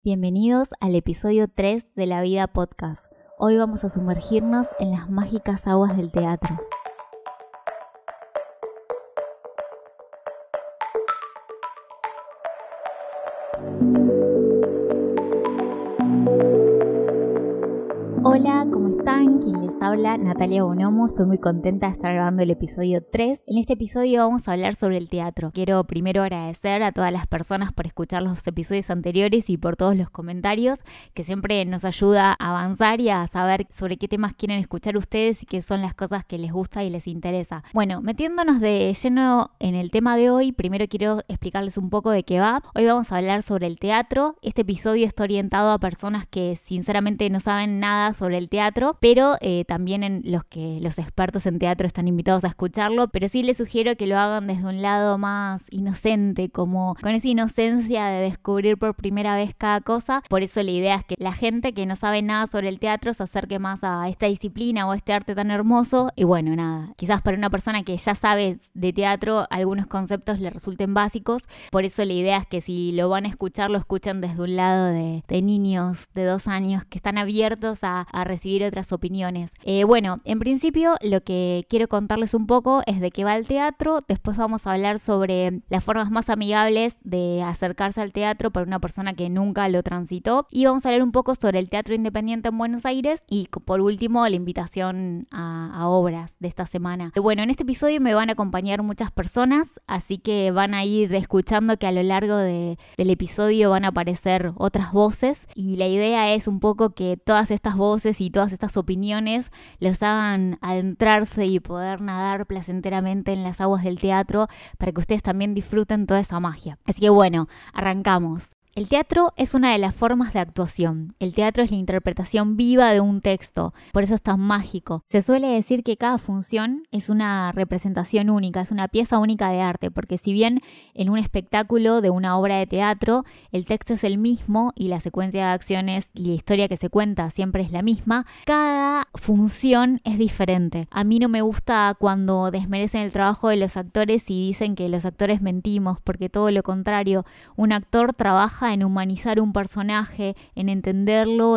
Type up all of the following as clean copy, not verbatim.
Bienvenidos al episodio 3 de La Vida Podcast. Hoy vamos a sumergirnos en las mágicas aguas del teatro. Hola, ¿cómo están? Quien les habla, Natalia Bonomo. Estoy muy contenta de estar grabando el episodio 3. En este episodio vamos a hablar sobre el teatro. Quiero primero agradecer a todas las personas por escuchar los episodios anteriores y por todos los comentarios, que siempre nos ayuda a avanzar y a saber sobre qué temas quieren escuchar ustedes y qué son las cosas que les gusta y les interesa. Bueno, metiéndonos de lleno en el tema de hoy, primero quiero explicarles un poco de qué va. Hoy vamos a hablar sobre el teatro. Este episodio está orientado a personas que sinceramente no saben nada sobre el teatro, pero también los expertos en teatro están invitados a escucharlo, pero sí les sugiero que lo hagan desde un lado más inocente, como con esa inocencia de descubrir por primera vez cada cosa. Por eso la idea es que la gente que no sabe nada sobre el teatro se acerque más a esta disciplina o a este arte tan hermoso. Y bueno, nada, quizás para una persona que ya sabe de teatro algunos conceptos le resulten básicos. Por eso la idea es que si lo van a escuchar, lo escuchen desde un lado de niños de 2 años que están abiertos a recibir otras opiniones. Bueno, en principio lo que quiero contarles un poco es de qué va el teatro. Después vamos a hablar sobre las formas más amigables de acercarse al teatro para una persona que nunca lo transitó. Y vamos a hablar un poco sobre el teatro independiente en Buenos Aires. Y por último, la invitación a obras de esta semana. Bueno, en este episodio me van a acompañar muchas personas, así que van a ir escuchando que a lo largo del episodio van a aparecer otras voces. Y la idea es un poco que todas estas voces y todas estas opiniones los hagan adentrarse y poder nadar placenteramente en las aguas del teatro para que ustedes también disfruten toda esa magia. Así que bueno, arrancamos. El teatro es una de las formas de actuación. El teatro es la interpretación viva de un texto, por eso es tan mágico. Se suele decir que cada función es una representación única, es una pieza única de arte, porque si bien en un espectáculo de una obra de teatro el texto es el mismo y la secuencia de acciones y la historia que se cuenta siempre es la misma, cada función es diferente. A mí no me gusta cuando desmerecen el trabajo de los actores y dicen que los actores mentimos, porque todo lo contrario, un actor trabaja en humanizar un personaje, en entenderlo,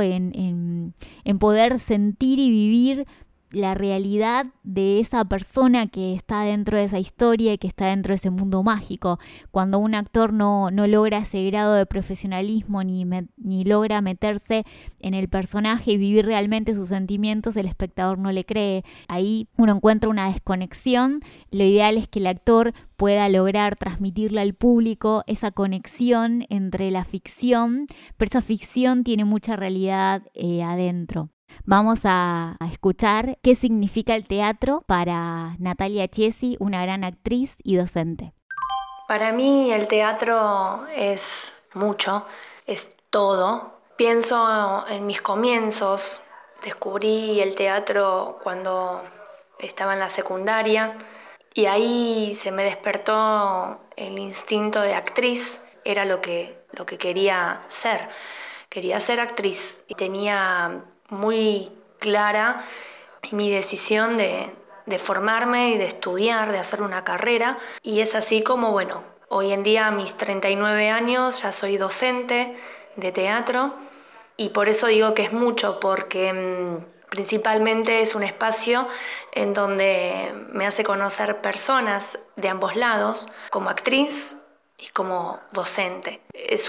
en poder sentir y vivir la realidad de esa persona que está dentro de esa historia y que está dentro de ese mundo mágico. Cuando un actor no logra ese grado de profesionalismo ni logra meterse en el personaje y vivir realmente sus sentimientos, el espectador no le cree. Ahí uno encuentra una desconexión. Lo ideal es que el actor pueda lograr transmitirle al público esa conexión entre la ficción, pero esa ficción tiene mucha realidad adentro. Vamos a escuchar qué significa el teatro para Natalia Chiesi, una gran actriz y docente. Para mí el teatro es mucho, es todo. Pienso en mis comienzos. Descubrí el teatro cuando estaba en la secundaria y ahí se me despertó el instinto de actriz. Era lo que quería ser. Quería ser actriz y tenía muy clara mi decisión de formarme y de estudiar, de hacer una carrera. Y es así como, bueno, hoy en día a mis 39 años ya soy docente de teatro y por eso digo que es mucho, porque principalmente es un espacio en donde me hace conocer personas de ambos lados, como actriz y como docente. Es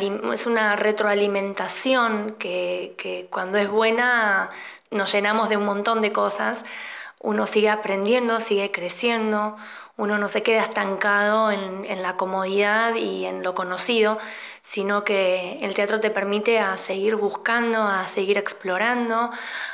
una retroalimentación que cuando es buena nos llenamos de un montón de cosas. Uno sigue aprendiendo, sigue creciendo, uno no se queda estancado en la comodidad y en lo conocido, sino que el teatro te permite a seguir buscando, a seguir explorando,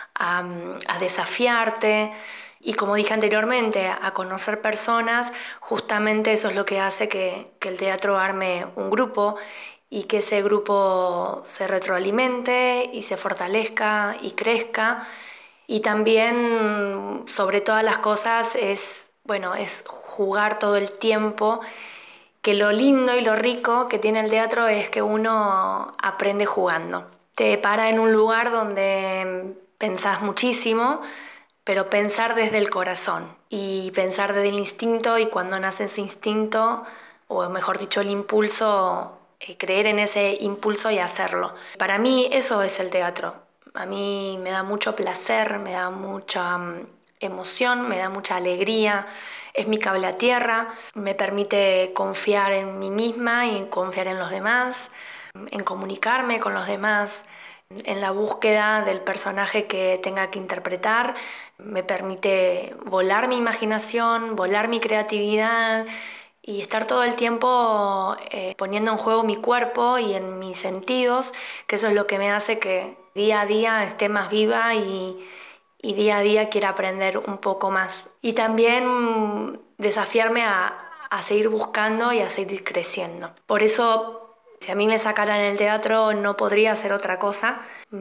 a desafiarte. Y como dije anteriormente, a conocer personas. Justamente eso es lo que hace que el teatro arme un grupo y que ese grupo se retroalimente y se fortalezca y crezca. Y también, sobre todas las cosas, es jugar todo el tiempo. Que lo lindo y lo rico que tiene el teatro es que uno aprende jugando. Te para en un lugar donde pensás muchísimo, pero pensar desde el corazón y pensar desde el instinto, y cuando nace ese instinto, o mejor dicho el impulso, creer en ese impulso y hacerlo. Para mí eso es el teatro. A mí me da mucho placer, me da mucha emoción, me da mucha alegría. Es mi cable a tierra, me permite confiar en mí misma y confiar en los demás, en comunicarme con los demás, en la búsqueda del personaje que tenga que interpretar. Me permite volar mi imaginación, volar mi creatividad y estar todo el tiempo poniendo en juego mi cuerpo y en mis sentidos, que eso es lo que me hace que día a día esté más viva y día a día quiera aprender un poco más. Y también desafiarme a seguir buscando y a seguir creciendo. Por eso, si a mí me sacaran el teatro, no podría hacer otra cosa.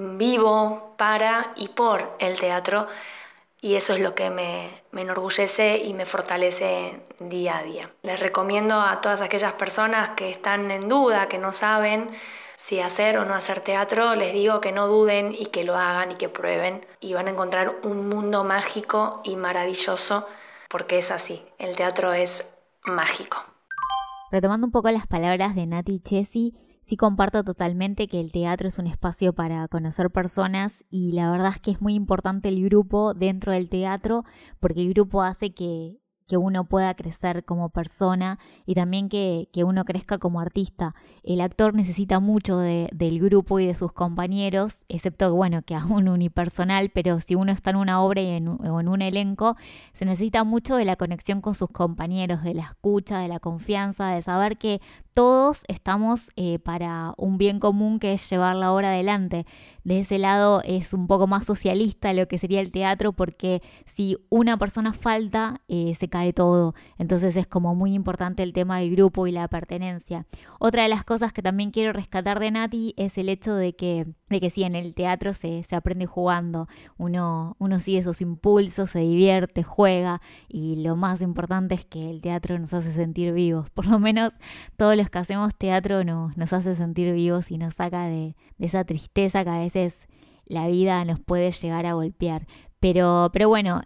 Vivo para y por el teatro. Y eso es lo que me enorgullece y me fortalece día a día. Les recomiendo a todas aquellas personas que están en duda, que no saben si hacer o no hacer teatro, les digo que no duden y que lo hagan y que prueben. Y van a encontrar un mundo mágico y maravilloso, porque es así, el teatro es mágico. Retomando un poco las palabras de Nati y Chessy, sí comparto totalmente que el teatro es un espacio para conocer personas y la verdad es que es muy importante el grupo dentro del teatro porque el grupo hace que uno pueda crecer como persona y también que uno crezca como artista. El actor necesita mucho del grupo y de sus compañeros, excepto bueno, que aún unipersonal, pero si uno está en una obra o en un elenco, se necesita mucho de la conexión con sus compañeros, de la escucha, de la confianza, de saber que todos estamos para un bien común que es llevar la obra adelante. De ese lado es un poco más socialista lo que sería el teatro porque si una persona falta se cae todo. Entonces es como muy importante el tema del grupo y la pertenencia. Otra de las cosas que también quiero rescatar de Nati es el hecho de que sí, en el teatro se aprende jugando. Uno sigue esos impulsos, se divierte, juega y lo más importante es que el teatro nos hace sentir vivos. Por lo menos todos los que hacemos teatro nos hace sentir vivos y nos saca de esa tristeza que a veces la vida nos puede llegar a golpear. Pero bueno,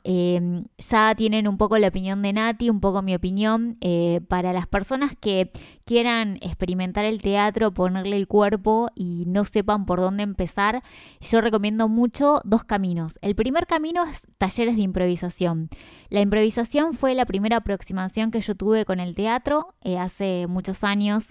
ya tienen un poco la opinión de Nati, un poco mi opinión. Para las personas que quieran experimentar el teatro, ponerle el cuerpo y no sepan por dónde empezar, yo recomiendo mucho 2 caminos. El primer camino es talleres de improvisación. La improvisación fue la primera aproximación que yo tuve con el teatro. Hace muchos años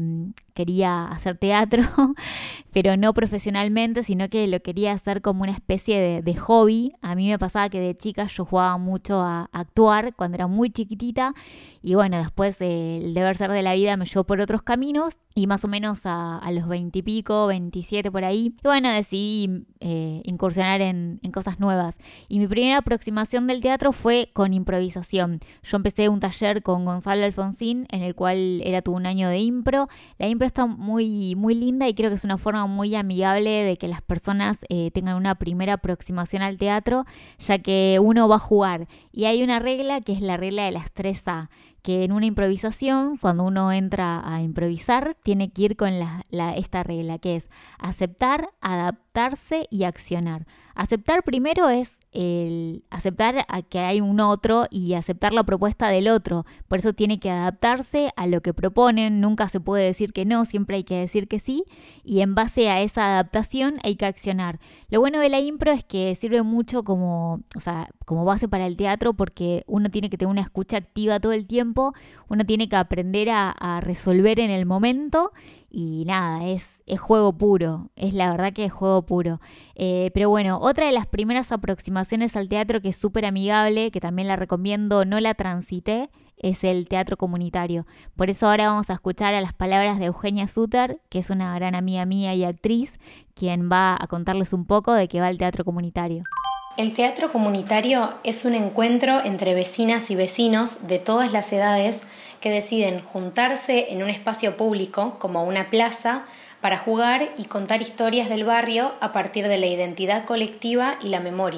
quería hacer teatro, pero no profesionalmente, sino que lo quería hacer como una especie de hobby. A mí me pasaba que de chica yo jugaba mucho a actuar cuando era muy chiquitita y bueno, después el deber ser de la vida me llevó por otros caminos y más o menos a los 20 y pico, 27 por ahí. Y bueno, decidí incursionar en cosas nuevas. Y mi primera aproximación del teatro fue con improvisación. Yo empecé un taller con Gonzalo Alfonsín, en el cual era todo un año de impro. La impro está muy, muy linda y creo que es una forma muy amigable de que las personas tengan una primera aproximación al teatro, ya que uno va a jugar. Y hay una regla que es la regla de las 3A, que en una improvisación, cuando uno entra a improvisar, tiene que ir con esta regla, que es aceptar, adaptarse y accionar. Aceptar primero es el aceptar a que hay un otro y aceptar la propuesta del otro. Por eso tiene que adaptarse a lo que proponen. Nunca se puede decir que no, siempre hay que decir que sí. Y en base a esa adaptación hay que accionar. Lo bueno de la impro es que sirve mucho como base para el teatro porque uno tiene que tener una escucha activa todo el tiempo. Uno tiene que aprender a resolver en el momento. Y nada, es juego puro, es la verdad que es juego puro. Pero bueno, otra de las primeras aproximaciones al teatro que es súper amigable, que también la recomiendo, no la transité, es el teatro comunitario. Por eso ahora vamos a escuchar a las palabras de Eugenia Suter, que es una gran amiga mía y actriz, quien va a contarles un poco de qué va el teatro comunitario. El teatro comunitario es un encuentro entre vecinas y vecinos de todas las edades que deciden juntarse en un espacio público, como una plaza, para jugar y contar historias del barrio a partir de la identidad colectiva y la memoria.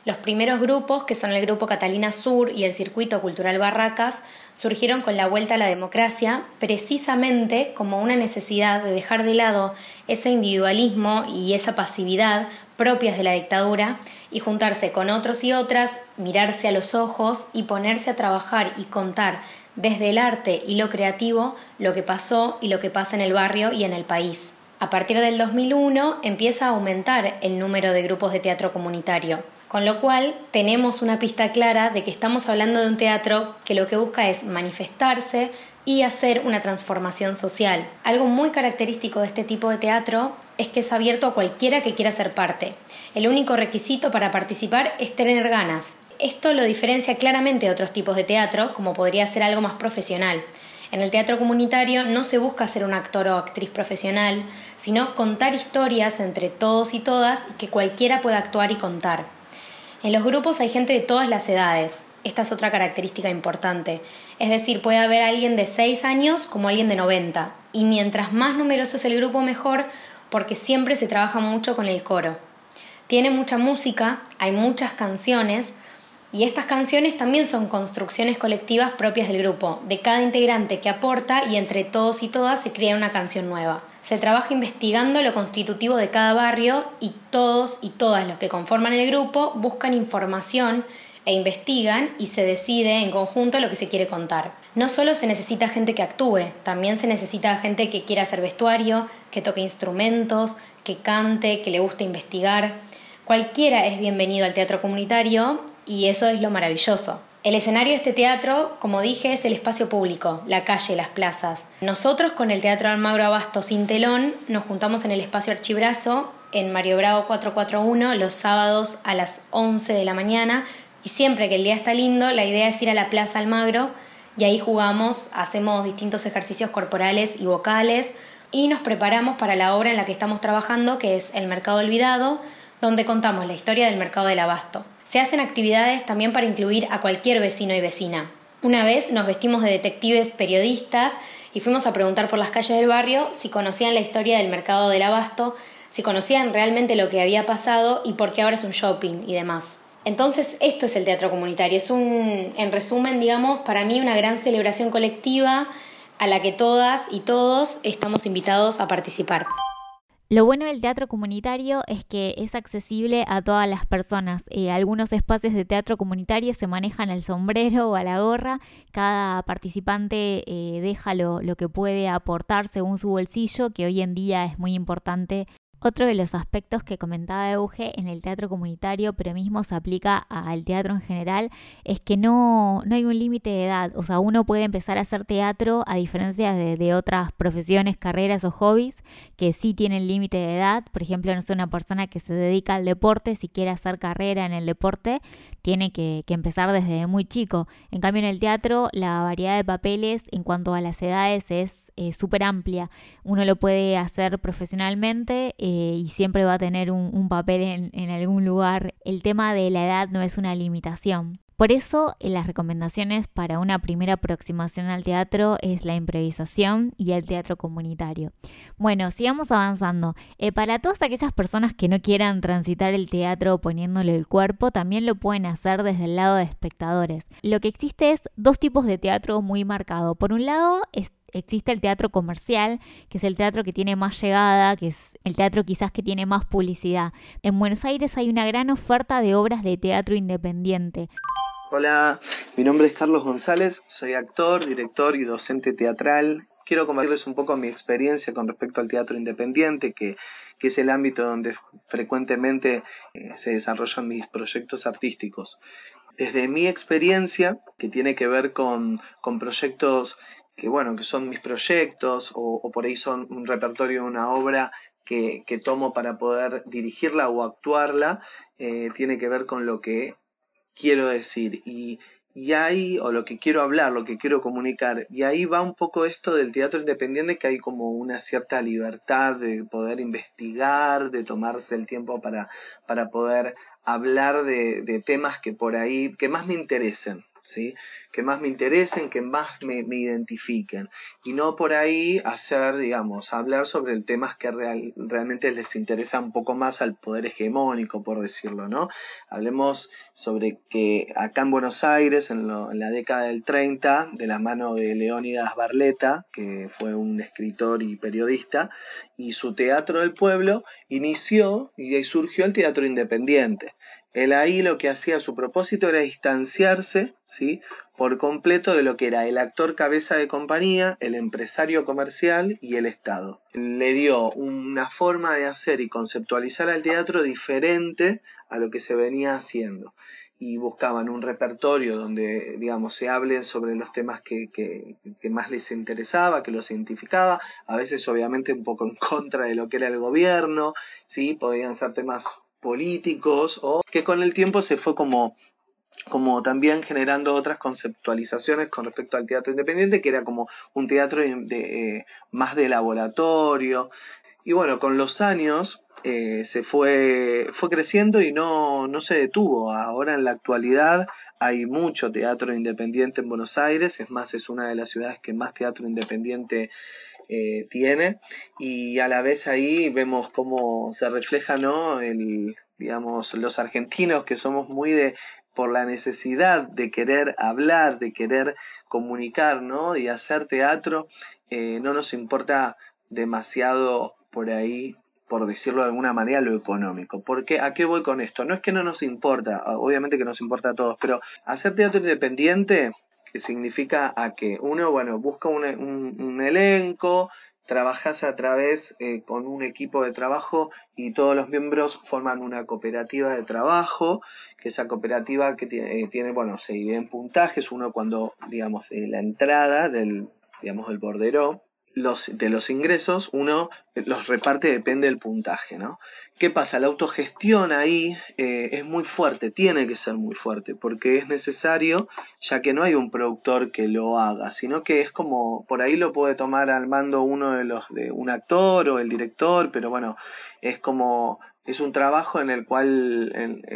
Los primeros grupos, que son el Grupo Catalina Sur y el Circuito Cultural Barracas, surgieron con la vuelta a la democracia, precisamente como una necesidad de dejar de lado ese individualismo y esa pasividad propias de la dictadura y juntarse con otros y otras, mirarse a los ojos y ponerse a trabajar y contar desde el arte y lo creativo lo que pasó y lo que pasa en el barrio y en el país. A partir del 2001 empieza a aumentar el número de grupos de teatro comunitario, con lo cual tenemos una pista clara de que estamos hablando de un teatro que lo que busca es manifestarse y hacer una transformación social. Algo muy característico de este tipo de teatro es que es abierto a cualquiera que quiera ser parte. El único requisito para participar es tener ganas. Esto lo diferencia claramente de otros tipos de teatro, como podría ser algo más profesional. En el teatro comunitario no se busca ser un actor o actriz profesional, sino contar historias entre todos y todas y que cualquiera pueda actuar y contar. En los grupos hay gente de todas las edades. Esta es otra característica importante. Es decir, puede haber alguien de 6 años como alguien de 90. Y mientras más numeroso es el grupo, mejor, porque siempre se trabaja mucho con el coro. Tiene mucha música, hay muchas canciones, y estas canciones también son construcciones colectivas propias del grupo, de cada integrante que aporta y entre todos y todas se crea una canción nueva. Se trabaja investigando lo constitutivo de cada barrio y todos y todas los que conforman el grupo buscan información e investigan y se decide en conjunto lo que se quiere contar. No solo se necesita gente que actúe, también se necesita gente que quiera hacer vestuario, que toque instrumentos, que cante, que le guste investigar. Cualquiera es bienvenido al teatro comunitario y eso es lo maravilloso. El escenario de este teatro, como dije, es el espacio público, la calle, las plazas. Nosotros con el Teatro Almagro Abasto Sin Telón nos juntamos en el espacio Archibrazo en Mario Bravo 441 los sábados a las 11 de la mañana y siempre que el día está lindo la idea es ir a la Plaza Almagro y ahí jugamos, hacemos distintos ejercicios corporales y vocales y nos preparamos para la obra en la que estamos trabajando, que es El Mercado Olvidado, donde contamos la historia del mercado del abasto. Se hacen actividades también para incluir a cualquier vecino y vecina. Una vez nos vestimos de detectives periodistas y fuimos a preguntar por las calles del barrio si conocían la historia del mercado del abasto, si conocían realmente lo que había pasado y por qué ahora es un shopping y demás. Entonces esto es el teatro comunitario, es en resumen, digamos, para mí una gran celebración colectiva a la que todas y todos estamos invitados a participar. Lo bueno del teatro comunitario es que es accesible a todas las personas. Algunos espacios de teatro comunitario se manejan al sombrero o a la gorra. Cada participante deja lo que puede aportar según su bolsillo, que hoy en día es muy importante. Otro de los aspectos que comentaba Euge en el teatro comunitario, pero mismo se aplica al teatro en general, es que no hay un límite de edad. O sea, uno puede empezar a hacer teatro a diferencia de otras profesiones, carreras o hobbies que sí tienen límite de edad. Por ejemplo, no sé, una persona que se dedica al deporte, si quiere hacer carrera en el deporte, tiene que empezar desde muy chico. En cambio, en el teatro, la variedad de papeles en cuanto a las edades es súper amplia. Uno lo puede hacer profesionalmente y siempre va a tener un papel en algún lugar. El tema de la edad no es una limitación. Por eso, las recomendaciones para una primera aproximación al teatro es la improvisación y el teatro comunitario. Bueno, sigamos avanzando. Para todas aquellas personas que no quieran transitar el teatro poniéndole el cuerpo, también lo pueden hacer desde el lado de espectadores. Lo que existe es dos tipos de teatro muy marcado. Por un lado, existe el teatro comercial, que es el teatro que tiene más llegada, que es el teatro quizás que tiene más publicidad. En Buenos Aires hay una gran oferta de obras de teatro independiente. Hola, mi nombre es Carlos González, soy actor, director y docente teatral. Quiero compartirles un poco mi experiencia con respecto al teatro independiente, que es el ámbito donde frecuentemente se desarrollan mis proyectos artísticos. Desde mi experiencia, que tiene que ver con proyectos que son mis proyectos o por ahí son un repertorio de una obra que tomo para poder dirigirla o actuarla, tiene que ver con lo que quiero decir y ahí, o lo que quiero hablar, lo que quiero comunicar, y ahí va un poco esto del teatro independiente, que hay como una cierta libertad de poder investigar, de tomarse el tiempo para poder hablar de temas que por ahí, que más me interesen. ¿sí? Que más me interesen, que más me identifiquen, y no por ahí hacer, digamos, hablar sobre temas que realmente les interesa un poco más al poder hegemónico, por decirlo, ¿no? Hablemos sobre que acá en Buenos Aires, en la década del 30, de la mano de Leónidas Barletta, que fue un escritor y periodista, y su Teatro del Pueblo, inició y ahí surgió el teatro independiente. Él ahí lo que hacía, su propósito era distanciarse, ¿sí?, por completo de lo que era el actor cabeza de compañía, el empresario comercial y el Estado. Le dio una forma de hacer y conceptualizar al teatro diferente a lo que se venía haciendo. Y buscaban un repertorio donde, digamos, se hablen sobre los temas que más les interesaba, que los identificaba, a veces obviamente un poco en contra de lo que era el gobierno, ¿sí? Podían ser temas políticos, o que con el tiempo se fue como también generando otras conceptualizaciones con respecto al teatro independiente, que era como un teatro más de laboratorio. Y bueno, con los años se fue creciendo y no se detuvo. Ahora en la actualidad hay mucho teatro independiente en Buenos Aires, es más, es una de las ciudades que más teatro independiente tiene, y a la vez ahí vemos cómo se refleja, ¿no?, digamos, los argentinos, que somos muy por la necesidad de querer hablar, de querer comunicar, ¿no?, y hacer teatro, no nos importa demasiado por ahí, por decirlo de alguna manera, lo económico. Porque, ¿a qué voy con esto? No es que no nos importa, obviamente que nos importa a todos, pero hacer teatro independiente, que significa a que uno, bueno, busca un elenco, trabajas a través con un equipo de trabajo y todos los miembros forman una cooperativa de trabajo, que esa cooperativa que tiene, bueno, se divide en puntajes, uno cuando, digamos, de la entrada del bordero, de los ingresos, uno los reparte, depende del puntaje, ¿no? ¿Qué pasa? La autogestión ahí es muy fuerte, tiene que ser muy fuerte, porque es necesario, ya que no hay un productor que lo haga, sino que es como, por ahí lo puede tomar al mando uno de un actor o el director, pero bueno, es un trabajo en el cual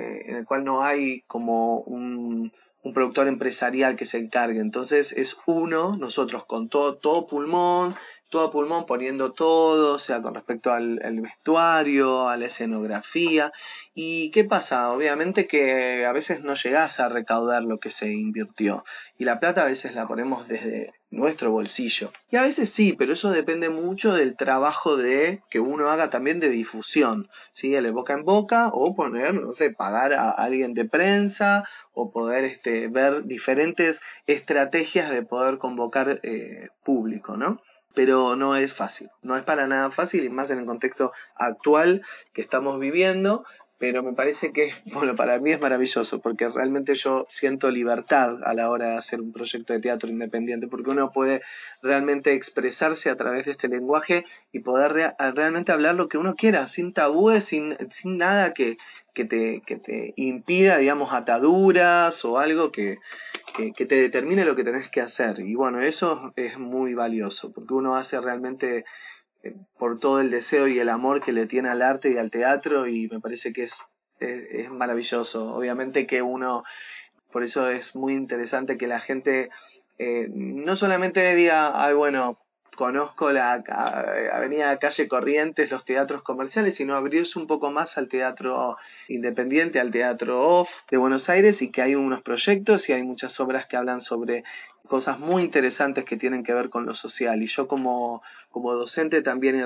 no hay como un productor empresarial que se encargue. Entonces es nosotros con todo pulmón poniendo todo, o sea, con respecto al vestuario, a la escenografía. ¿Y qué pasa? Obviamente que a veces no llegás a recaudar lo que se invirtió, y la plata a veces la ponemos desde nuestro bolsillo. Y a veces sí, pero eso depende mucho del trabajo que uno haga también de difusión, ¿sí? El boca en boca, o pagar a alguien de prensa, o poder ver diferentes estrategias de poder convocar público, ¿no? Pero no es fácil, no es para nada fácil, y más en el contexto actual que estamos viviendo. Pero me parece que, bueno, para mí es maravilloso, porque realmente yo siento libertad a la hora de hacer un proyecto de teatro independiente, porque uno puede realmente expresarse a través de este lenguaje y poder realmente hablar lo que uno quiera, sin tabúes, sin nada que te impida, digamos, ataduras o algo que te determine lo que tenés que hacer. Y bueno, eso es muy valioso, porque uno hace realmente por todo el deseo y el amor que le tiene al arte y al teatro, y me parece que es maravilloso. Obviamente que por eso es muy interesante que la gente no solamente diga, ay, bueno, conozco la avenida Calle Corrientes, los teatros comerciales, sino abrirse un poco más al teatro independiente, al teatro off de Buenos Aires, y que hay unos proyectos y hay muchas obras que hablan sobre cosas muy interesantes que tienen que ver con lo social. Y yo como docente también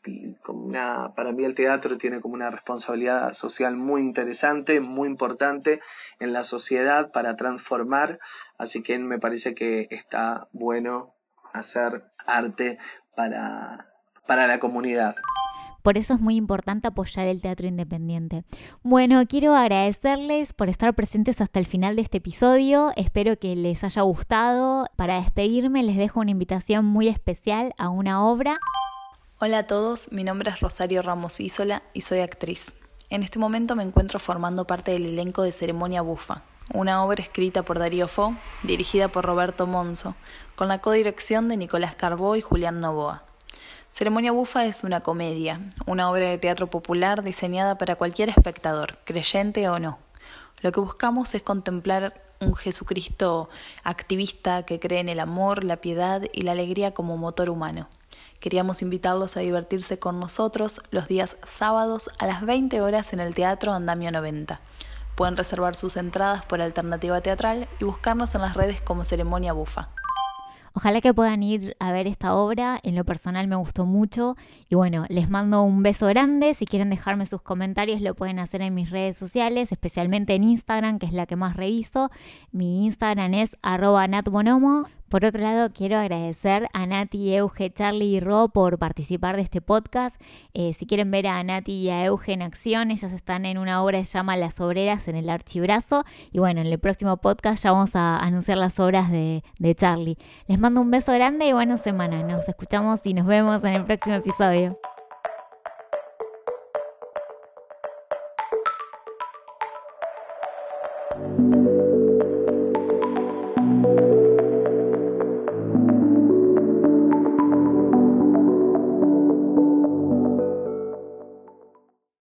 para mí el teatro tiene como una responsabilidad social muy interesante, muy importante en la sociedad para transformar, así que me parece que está bueno hacer arte para la comunidad. Por eso es muy importante apoyar el teatro independiente. Bueno, quiero agradecerles por estar presentes hasta el final de este episodio. Espero que les haya gustado. Para despedirme les dejo una invitación muy especial a una obra. Hola a todos, mi nombre es Rosario Ramos Isola y soy actriz. En este momento me encuentro formando parte del elenco de Ceremonia Bufa, una obra escrita por Darío Fo, dirigida por Roberto Monzo, con la codirección de Nicolás Carbó y Julián Novoa. Ceremonia Bufa es una comedia, una obra de teatro popular diseñada para cualquier espectador, creyente o no. Lo que buscamos es contemplar un Jesucristo activista que cree en el amor, la piedad y la alegría como motor humano. Queríamos invitarlos a divertirse con nosotros los días sábados a las 20 horas en el Teatro Andamio 90. Pueden reservar sus entradas por Alternativa Teatral y buscarnos en las redes como Ceremonia Bufa. Ojalá que puedan ir a ver esta obra, en lo personal me gustó mucho y bueno, les mando un beso grande. Si quieren dejarme sus comentarios lo pueden hacer en mis redes sociales, especialmente en Instagram, que es la que más reviso. Mi Instagram es @natbonomo. Por otro lado, quiero agradecer a Nati, Euge, Charlie y Ro por participar de este podcast. Si quieren ver a Nati y a Euge en acción, ellas están en una obra que se llama Las Obreras en el Archibrazo. Y bueno, en el próximo podcast ya vamos a anunciar las obras de Charlie. Les mando un beso grande y buena semana. Nos escuchamos y nos vemos en el próximo episodio.